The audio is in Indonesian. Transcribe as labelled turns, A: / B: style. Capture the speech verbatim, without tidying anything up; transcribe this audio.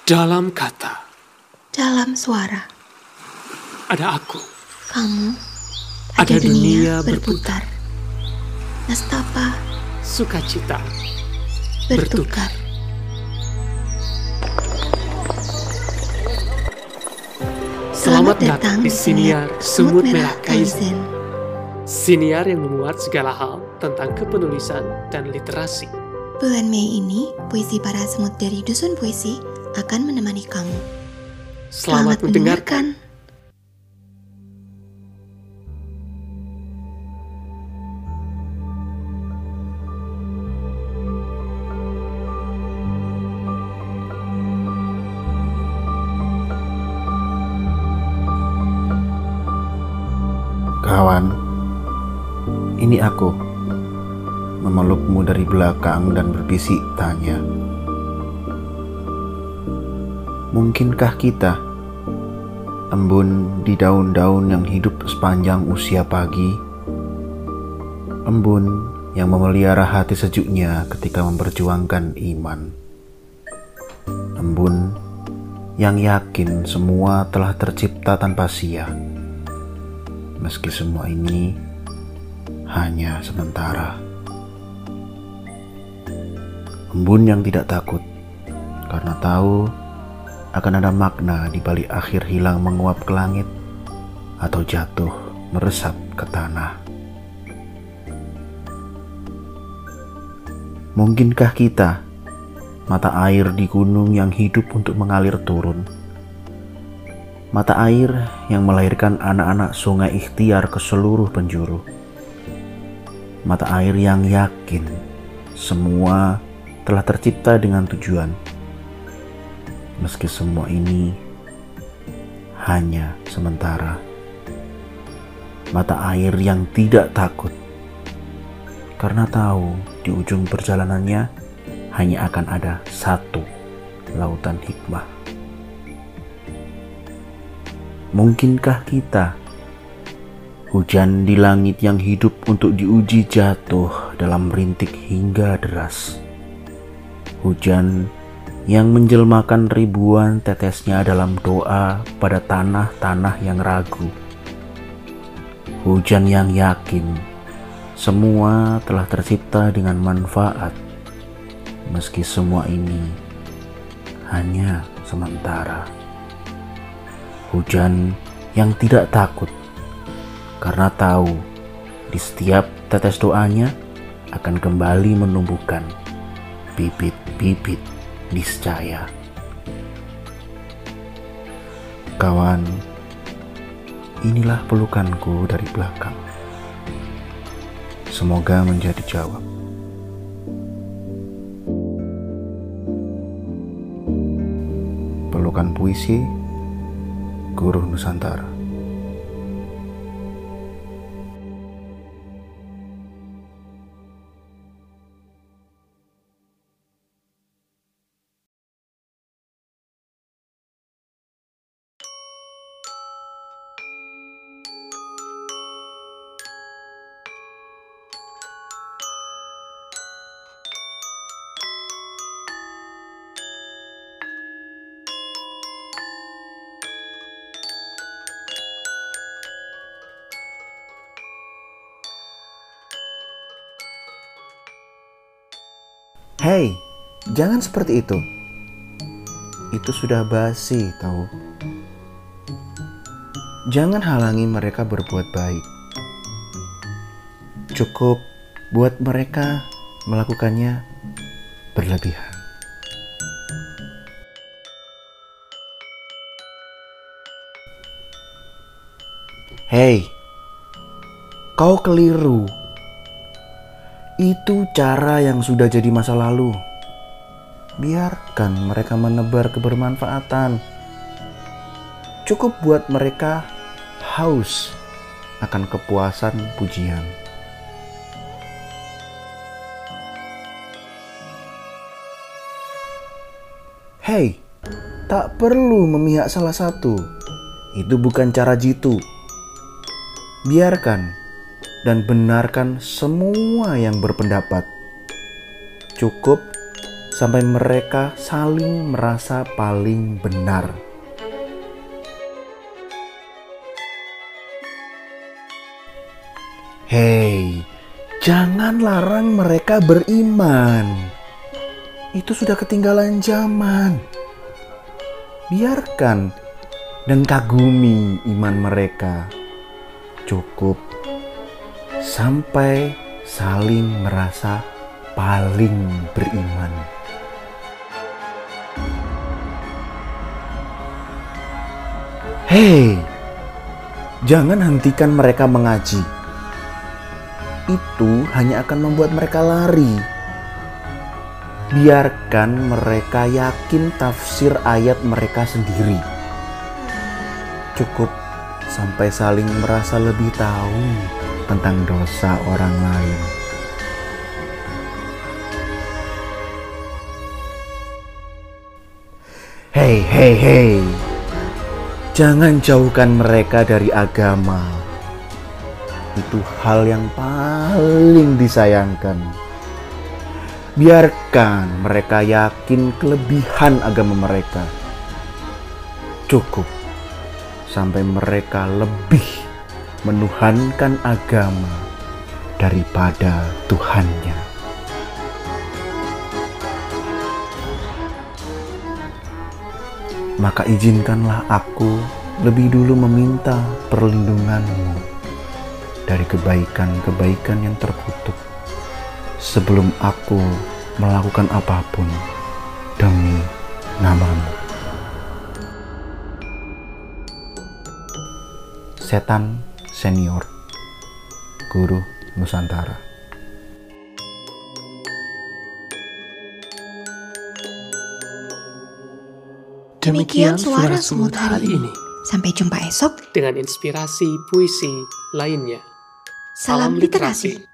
A: Dalam kata,
B: dalam suara,
A: ada aku.
B: kamu,
A: Ada
B: ada dunia
A: dunia
B: berputar. Nestapa
A: Sukacita
B: bertukar.
A: Selamat datang di Siniar Semut Merah Kaizen. Siniar yang memuat segala hal tentang kepenulisan dan literasi.
B: Bulan Mei ini, puisi para semut dari Dusun Puisi akan menemani kamu.
A: Selamat, mendengarkan.
C: Kawan, ini aku memelukmu dari belakang dan berbisik tanya, mungkinkah kita embun di daun-daun yang hidup sepanjang usia pagi, embun yang memelihara hati sejuknya ketika memperjuangkan iman, embun yang yakin semua telah tercipta tanpa sia, meski semua ini hanya sementara. Embun yang tidak takut karena tahu akan ada makna di balik akhir hilang menguap ke langit atau jatuh meresap ke tanah. Mungkinkah kita mata air di gunung yang hidup untuk mengalir turun? Mata air yang melahirkan anak-anak sungai ikhtiar ke seluruh penjuru. Mata air yang yakin semua telah tercipta dengan tujuan. Meski semua ini hanya sementara. Mata air yang tidak takut karena tahu di ujung perjalanannya hanya akan ada satu lautan hikmah. Mungkinkah kita hujan di langit yang hidup untuk diuji jatuh dalam rintik hingga deras? Hujan yang menjelmakan ribuan tetesnya dalam doa pada tanah-tanah yang ragu. Hujan yang yakin semua telah tercipta dengan manfaat, meski semua ini hanya sementara. Hujan yang tidak takut karena tahu di setiap tetes doanya akan kembali menumbuhkan bibit-bibit niscaya. Kawan, inilah pelukanku dari belakang. Semoga menjadi jawab. Pelukan puisi Guru Nusantara. Hei, jangan seperti itu. Itu sudah basi, tahu. Jangan halangi mereka berbuat baik. Cukup buat mereka melakukannya berlebihan. Hei, kau keliru. Itu cara yang sudah jadi masa lalu. Biarkan mereka menebar kebermanfaatan. Cukup buat mereka haus akan kepuasan pujian. Hei, tak perlu memihak salah satu. Itu bukan cara jitu. Biarkan dan benarkan semua yang berpendapat. Cukup sampai mereka saling merasa paling benar. Hei, jangan larang mereka beriman. Itu sudah ketinggalan zaman. Biarkan dan kagumi iman mereka. Cukup sampai saling merasa paling beriman. Hei, jangan hentikan mereka mengaji. Itu hanya akan membuat mereka lari. Biarkan mereka yakin tafsir ayat mereka sendiri. Cukup sampai saling merasa lebih tahu tentang dosa orang lain. Hei, hei, hei. Jangan jauhkan mereka dari agama. Itu hal yang paling disayangkan. Biarkan mereka yakin kelebihan agama mereka. Cukup sampai mereka lebih menuhankan agama daripada Tuhannya. Maka izinkanlah aku lebih dulu meminta perlindunganmu dari kebaikan-kebaikan yang terkutuk sebelum aku melakukan apapun demi namamu. Setan Senior, Guru Nusantara.
A: Demikian suara semut hari ini.
B: Sampai jumpa esok
A: Dengan inspirasi puisi lainnya.
B: Salam literasi.